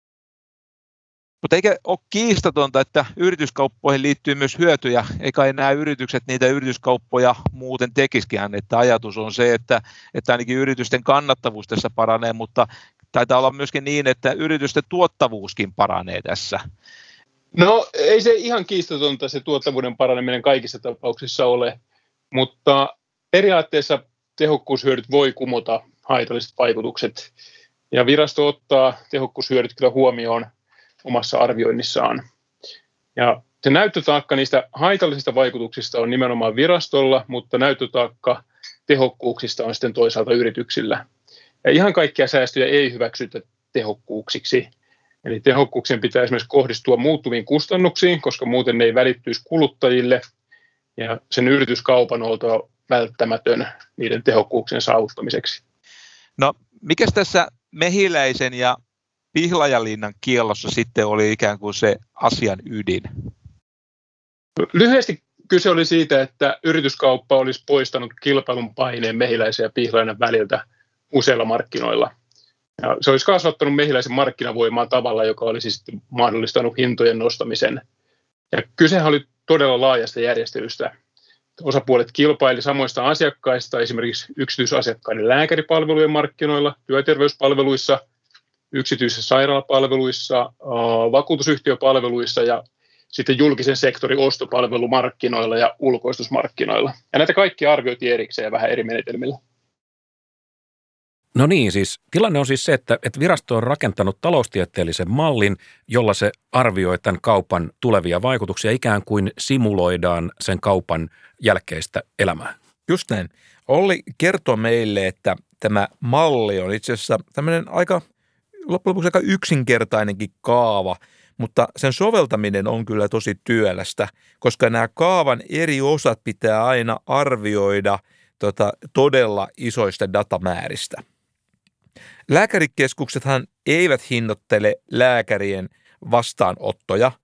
Mutta eikä ole kiistatonta, että yrityskauppoihin liittyy myös hyötyjä, eikä nämä yritykset niitä yrityskauppoja muuten tekisikin, että ajatus on se, että, että ainakin yritysten kannattavuus tässä paranee, mutta taitaa olla myöskin niin, että yritysten tuottavuuskin paranee tässä. No ei se ihan kiistatonta se tuottavuuden paraneminen kaikissa tapauksissa ole, mutta periaatteessa tehokkuushyödyt voi kumota haitalliset vaikutukset ja virasto ottaa tehokkuushyödyt kyllä huomioon omassa arvioinnissaan. Ja se näyttötaakka niistä haitallisista vaikutuksista on nimenomaan virastolla, mutta näyttötaakka tehokkuuksista on sitten toisaalta yrityksillä. Ja ihan kaikkia säästöjä ei hyväksytä tehokkuuksiksi. Eli tehokkuuksien pitää esimerkiksi kohdistua muuttuviin kustannuksiin, koska muuten ne ei välittyisi kuluttajille. Ja sen yrityskaupan on oltava välttämätön niiden tehokkuuksien saavuttamiseksi. No, mikäs tässä Mehiläisen ja Pihlajalinnan kiellossa sitten oli ikään kuin se asian ydin? Lyhyesti kyse oli siitä, että yrityskauppa olisi poistanut kilpailun paineen Mehiläisen ja Pihlajan väliltä useilla markkinoilla. Ja se olisi kasvattanut Mehiläisen markkinavoimaa tavalla, joka olisi sitten mahdollistanut hintojen nostamisen. Ja kysehän oli todella laajasta järjestelystä. Osapuolet kilpaili samoista asiakkaista, esimerkiksi yksityisasiakkaiden lääkäripalvelujen markkinoilla, työterveyspalveluissa, yksityisissä sairaalapalveluissa, vakuutusyhtiöpalveluissa ja sitten julkisen sektorin ostopalvelumarkkinoilla ja ulkoistusmarkkinoilla. Ja näitä kaikkia arvioitiin erikseen ja vähän eri menetelmillä. No niin, siis tilanne on siis se, että, että virasto on rakentanut taloustieteellisen mallin, jolla se arvioi tämän kaupan tulevia vaikutuksia, ikään kuin simuloidaan sen kaupan jälkeistä elämää. Just näin. Olli kertoo meille, että tämä malli on itse asiassa tämmöinen aika, loppujen lopuksi aika yksinkertainenkin kaava, mutta sen soveltaminen on kyllä tosi työlästä, koska nämä kaavan eri osat pitää aina arvioida tota, todella isoista datamääristä. Lääkärikeskuksethan eivät hinnoittele lääkärien vastaanottoja,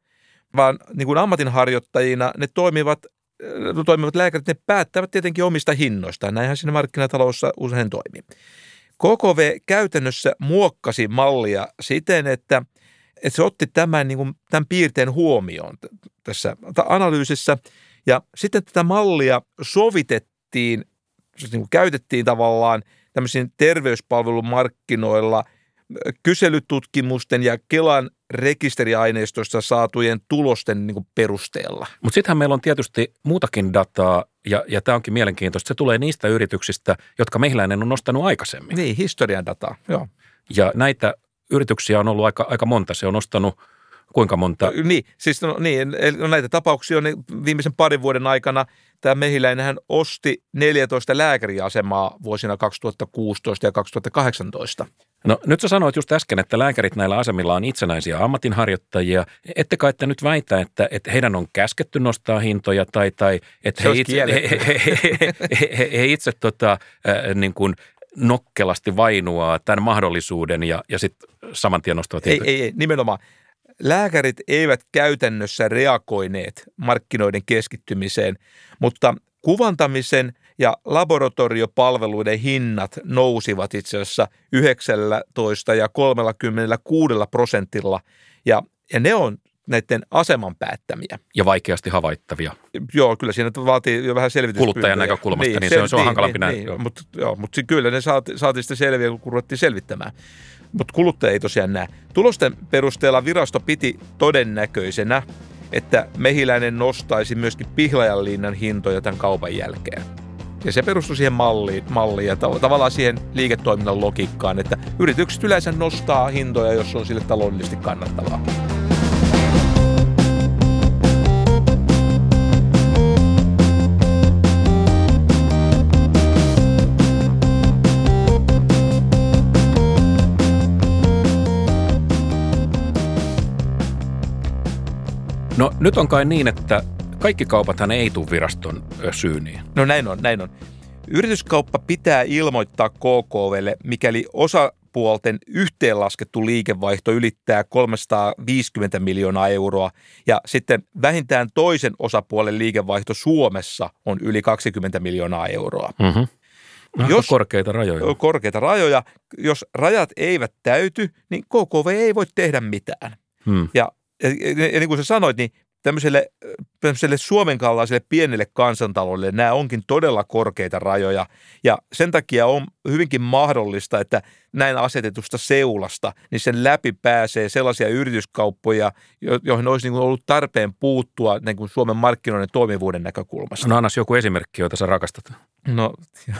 vaan niin kuin ammatinharjoittajina ne toimivat, toimivat lääkärit, ne päättävät tietenkin omista hinnoistaan. Näinhän siinä markkinataloudessa usein toimii. K K V käytännössä muokkasi mallia siten, että, että se otti tämän, niin kuin, tämän piirteen huomioon tässä analyysissä. Ja sitten tätä mallia sovitettiin, siis niin kuin käytettiin tavallaan tämmöisiin terveyspalvelumarkkinoilla kyselytutkimusten ja Kelan rekisteriaineistosta saatujen tulosten niin kuin perusteella. Mutta sittenhän meillä on tietysti muutakin dataa, ja, ja tämä onkin mielenkiintoista. Se tulee niistä yrityksistä, jotka Mehiläinen on nostanut aikaisemmin. Niin, historian dataa, joo. Ja näitä yrityksiä on ollut aika, aika monta. Se on nostanut kuinka monta? Niin, siis no, niin, no, näitä tapauksia on viimeisen parin vuoden aikana. Tämä Mehiläinenhän osti neljätoista lääkäriasemaa vuosina kaksituhattakuusitoista ja kaksituhattakahdeksantoista. No nyt sä sanoit just äsken, että lääkärit näillä asemilla on itsenäisiä ammatinharjoittajia. Ette kai te nyt väitä, että, että heidän on käsketty nostaa hintoja tai, tai että he itse, he, he, he, he, he itse tota, äh, niin kuin nokkelasti vainuaa tämän mahdollisuuden ja, ja sitten saman tien nostavat hintoja? Ei, ei, ei, nimenomaan. Lääkärit eivät käytännössä reagoineet markkinoiden keskittymiseen, mutta kuvantamisen ja laboratoriopalveluiden hinnat nousivat itse asiassa yhdeksäntoista ja kolmekymmentäkuusi prosentilla ja, ja ne on näiden aseman päättämiä. Ja vaikeasti havaittavia. Joo, kyllä siinä vaatii jo vähän selvityspyyntöjä. Kuluttajan näkökulmasta, niin, niin se on, se on hankalampi näin. Niin, mutta, joo, mutta kyllä ne saati, saatiin sitten selviä, kun ruvettiin selvittämään. Mutta kuluttaja ei tosiaan näe. Tulosten perusteella virasto piti todennäköisenä, että Mehiläinen nostaisi myöskin Pihlajanlinnan hintoja tämän kaupan jälkeen. Ja se perustui siihen malliin, malliin ja tavallaan siihen liiketoiminnan logiikkaan, että yritykset yleensä nostaa hintoja, jos on sille taloudellisesti kannattavaa. No nyt on kai niin, että kaikki kaupathan ei tule viraston syyniin. No näin on, näin on. Yrityskauppa pitää ilmoittaa K K V:lle, mikäli osapuolten yhteenlaskettu liikevaihto ylittää kolmesataaviisikymmentä miljoonaa euroa ja sitten vähintään toisen osapuolen liikevaihto Suomessa on yli kaksikymmentä miljoonaa euroa. Mm-hmm. Jos, korkeita rajoja. Korkeita rajoja. Jos rajat eivät täyty, niin K K V ei voi tehdä mitään. Hmm. Ja Ja, ja niin kuin sä sanoit, niin tämmöiselle, tämmöiselle Suomen kaltaiselle pienelle kansantaloudelle nämä onkin todella korkeita rajoja. Ja sen takia on hyvinkin mahdollista, että näin asetetusta seulasta, niin sen läpi pääsee sellaisia yrityskauppoja, joihin olisi niin kuin ollut tarpeen puuttua niin kuin Suomen markkinoiden toimivuuden näkökulmasta. No annas joku esimerkki, jota sä rakastat. No,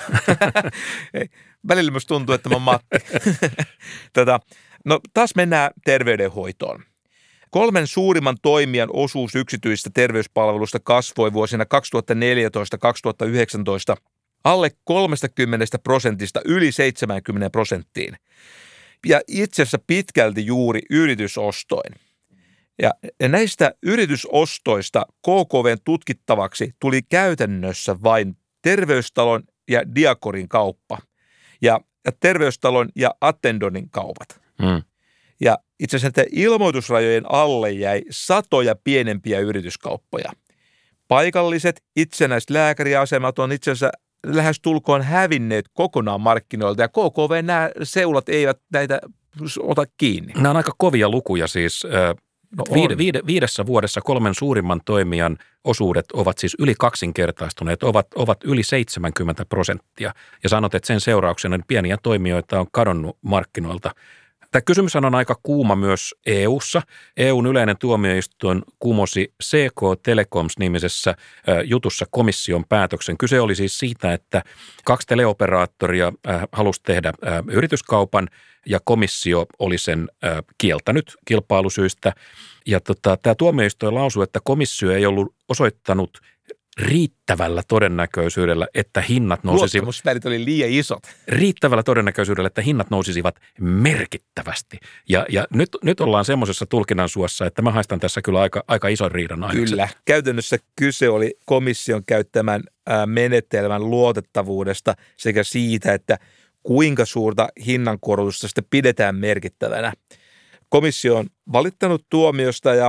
välillä myös tuntuu, että mä oon Matti. Tätä, no taas mennään terveydenhoitoon. Kolmen suurimman toimijan osuus yksityisistä terveyspalveluista kasvoi vuosina kaksituhattaneljätoista kaksituhattayhdeksäntoista alle kolmekymmentä prosentista yli seitsemänkymmentä prosenttiin. Ja itse asiassa pitkälti juuri yritysostoin. Ja näistä yritysostoista K K V:n tutkittavaksi tuli käytännössä vain Terveystalon ja Diakorin kauppa ja Terveystalon ja Attendonin kaupat. Hmm. Ja itse asiassa ilmoitusrajojen alle jäi satoja pienempiä yrityskauppoja. Paikalliset itsenäiset lääkäriasemat on itse asiassa lähestulkoon hävinneet kokonaan markkinoilta ja K K V nämä seulat eivät näitä ota kiinni. Nämä on aika kovia lukuja siis. No viide, viide, viidessä vuodessa kolmen suurimman toimijan osuudet ovat siis yli kaksinkertaistuneet, ovat, ovat yli seitsemänkymmentä prosenttia. Ja sanot, että sen seurauksena pieniä toimijoita on kadonnut markkinoilta. Tämä kysymys on aika kuuma myös E U:ssa. E U:n yleinen tuomioistuin kumosi C K Telecoms-nimisessä jutussa komission päätöksen. Kyse oli siis siitä, että kaksi teleoperaattoria halusi tehdä yrityskaupan ja komissio oli sen kieltänyt kilpailusyistä. Ja tota, tämä tuomioistuin lausui, että komissio ei ollut osoittanut riittävällä todennäköisyydellä, että hinnat nousisivat. Luottamusvälit oli liian isot. Riittävällä todennäköisyydellä, että hinnat nousisivat merkittävästi. Ja, ja nyt, nyt ollaan semmoisessa tulkinnan suossa, että mä haistan tässä kyllä aika, aika ison riidan aiheeksi. Kyllä. Käytännössä kyse oli komission käyttämän menetelmän luotettavuudesta sekä siitä, että kuinka suurta hinnankorotusta sitten pidetään merkittävänä. Komissio on valittanut tuomiosta ja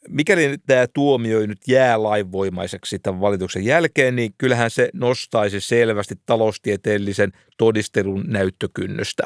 Mikäli tämä tuomio nyt jää lainvoimaiseksi tämän valituksen jälkeen, niin kyllähän se nostaisi selvästi taloustieteellisen todistelun näyttökynnystä.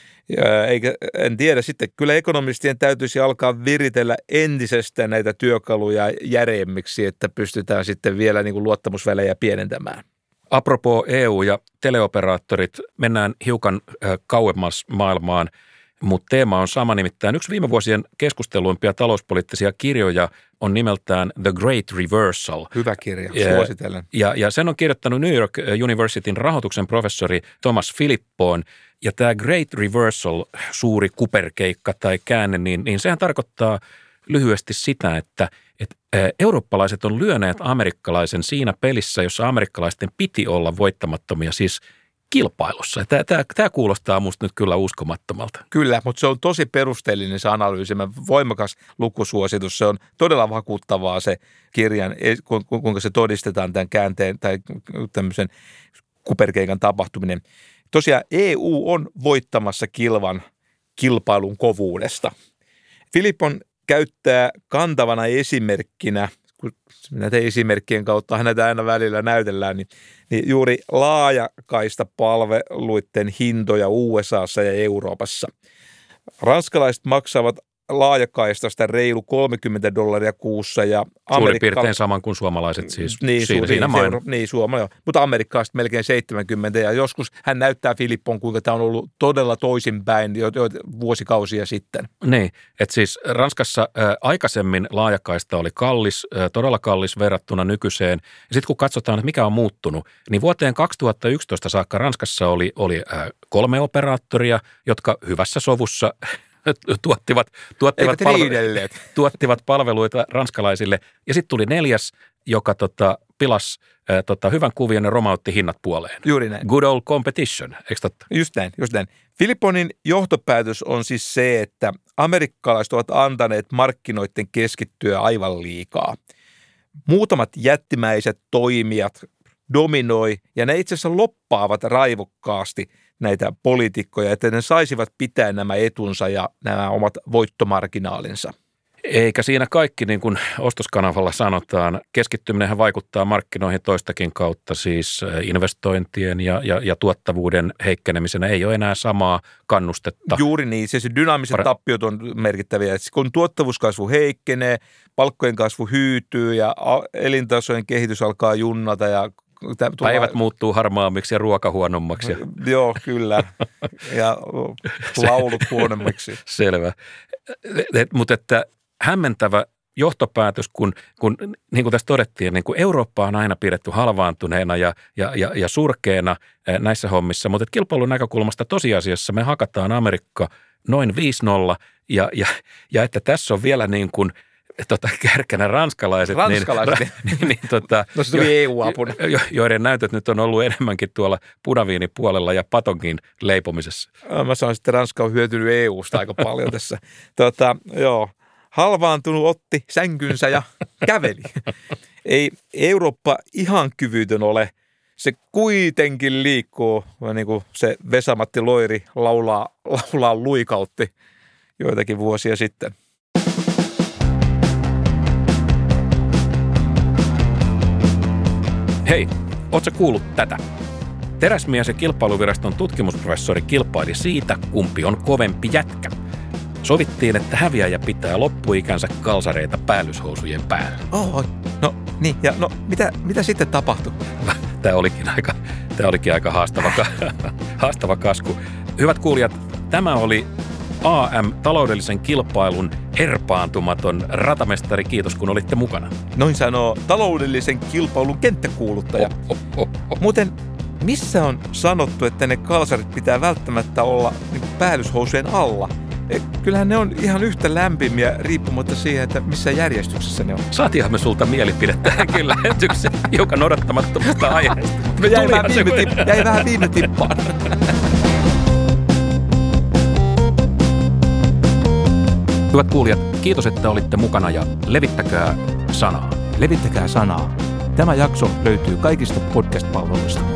Ja eikä, en tiedä, sitten kyllä ekonomistien täytyisi alkaa viritellä entisestään näitä työkaluja järeemmiksi, että pystytään sitten vielä niin kuin luottamusvälejä pienentämään. Apropos E U ja teleoperaattorit, mennään hiukan kauemmas maailmaan, mutta teema on sama, nimittäin yksi viime vuosien keskusteluimpia talouspoliittisia kirjoja on nimeltään The Great Reversal. Hyvä kirja, suosittelen. Ja, ja sen on kirjoittanut New York Universityn rahoituksen professori Thomas Philippoon. Ja tämä Great Reversal, suuri kuperkeikka tai käänne, niin, niin sehän tarkoittaa lyhyesti sitä, että, että eurooppalaiset on lyöneet amerikkalaisen siinä pelissä, jossa amerikkalaisten piti olla voittamattomia, siis kilpailussa. Tämä, tämä, tämä kuulostaa musta nyt kyllä uskomattomalta. Kyllä, mutta se on tosi perusteellinen se analyysi, voimakas lukusuositus. Se on todella vakuuttavaa se kirjan, kuinka se todistetaan tämän käänteen tai tämmöisen kuperkeikan tapahtuminen. Tosiaan E U on voittamassa kilvan kilpailun kovuudesta. Philippon käyttää kantavana esimerkkinä, kun näitä esimerkkien kautta näitä aina välillä näytellään, niin, niin juuri laajakaista palveluiden hintoja U S A:ssa ja Euroopassa. Ranskalaiset maksavat laajakaistasta reilu kolmekymmentä dollaria kuussa. Ja Suurin piirtein saman kuin suomalaiset siis. Niin, siinä, su- siinä niin, seura- niin suomalaiset, mutta amerikkalaiset melkein seitsemänkymmentä ja joskus hän näyttää Philippon, kuinka tämä on ollut todella toisinpäin jo, jo vuosikausia sitten. Niin, että siis Ranskassa ä, aikaisemmin laajakaista oli kallis, ä, todella kallis verrattuna nykyiseen. Ja sitten kun katsotaan, että mikä on muuttunut, niin vuoteen kaksituhattayksitoista saakka Ranskassa oli, oli ä, kolme operaattoria, jotka hyvässä sovussa tuottivat, tuottivat, palvelu- tuottivat palveluita ranskalaisille. Ja sitten tuli neljäs, joka tota, pilasi ää, tota, hyvän kuvion ja romautti hinnat puoleen. Juuri näin. Good old competition, eikö totta? Just näin, just näin. Philipponin johtopäätös on siis se, että amerikkalaiset ovat antaneet markkinoiden keskittyä aivan liikaa. Muutamat jättimäiset toimijat dominoi ja ne itse asiassa loppaavat raivokkaasti näitä poliitikkoja, että ne saisivat pitää nämä etunsa ja nämä omat voittomarginaalinsa. Eikä siinä kaikki, niin kuin ostoskanavalla sanotaan. Keskittyminenhän vaikuttaa markkinoihin toistakin kautta, siis investointien ja, ja, ja tuottavuuden heikkenemisenä ei ole enää samaa kannustetta. Juuri niin, siis dynaamiset Par- tappiot on merkittäviä. Kun tuottavuuskasvu heikkenee, palkkojen kasvu hyytyy ja elintasojen kehitys alkaa junnata ja päivät tulla... muuttuu harmaammiksi ja ruoka huonommaksi. Joo, kyllä. Ja laulut huonommiksi. Selvä. Mutta että hämmentävä johtopäätös, kun, kun niin kuin tässä todettiin, niin kuin Eurooppa on aina pidetty halvaantuneena ja, ja, ja, ja surkeena näissä hommissa, mutta kilpailun näkökulmasta tosiasiassa me hakataan Amerikka noin viisi nolla ja, ja, ja että tässä on vielä niin kuin Tota, kärkänä ranskalaiset, ranskalaiset. Niin, niin, niin, tota, no se tuli E U-apuna. Jo, joiden näytöt nyt on ollut enemmänkin tuolla punaviinipuolella ja patongin leipomisessa. Mä sanoisin, että Ranska on hyötynyt E U:sta aika paljon tässä. Tota, joo, halvaantunut otti sänkynsä ja käveli. Ei Eurooppa ihan kyvytön ole. Se kuitenkin liikkuu, niin kuin se Vesa-Matti Loiri laulaa, laulaa luikautti joitakin vuosia sitten. Hei, ootko kuullut tätä? Teräsmies ja kilpailuviraston tutkimusprofessori kilpaili siitä, kumpi on kovempi jätkä. Sovittiin, että häviäjä pitää loppuikänsä kalsareita päällyshousujen päällä. Oh, no niin, ja no mitä, mitä sitten tapahtui? Tämä olikin aika, tämä olikin aika haastava, haastava kasku. Hyvät kuulijat, tämä oli A M taloudellisen kilpailun erpaantumaton ratamestari. Kiitos, kun olitte mukana. Noin sanoo taloudellisen kilpailun kenttäkuuluttaja. Oh, oh, oh, oh. Muuten, missä on sanottu, että ne kalsarit pitää välttämättä olla niin päällyshousujen alla? Kyllähän ne on ihan yhtä lämpimiä riippumatta siihen, että missä järjestyksessä ne on. Saatiinhan me sulta mielipidettä kyllä lähetyksen hiukan odottamattomasta aiheesta. No jäi, vähän viime, tipp- jäi vähän viime tippaan. Hyvät kuulijat, kiitos, että olitte mukana ja levittäkää sanaa. Levittäkää sanaa. Tämä jakso löytyy kaikista podcast-palveluista.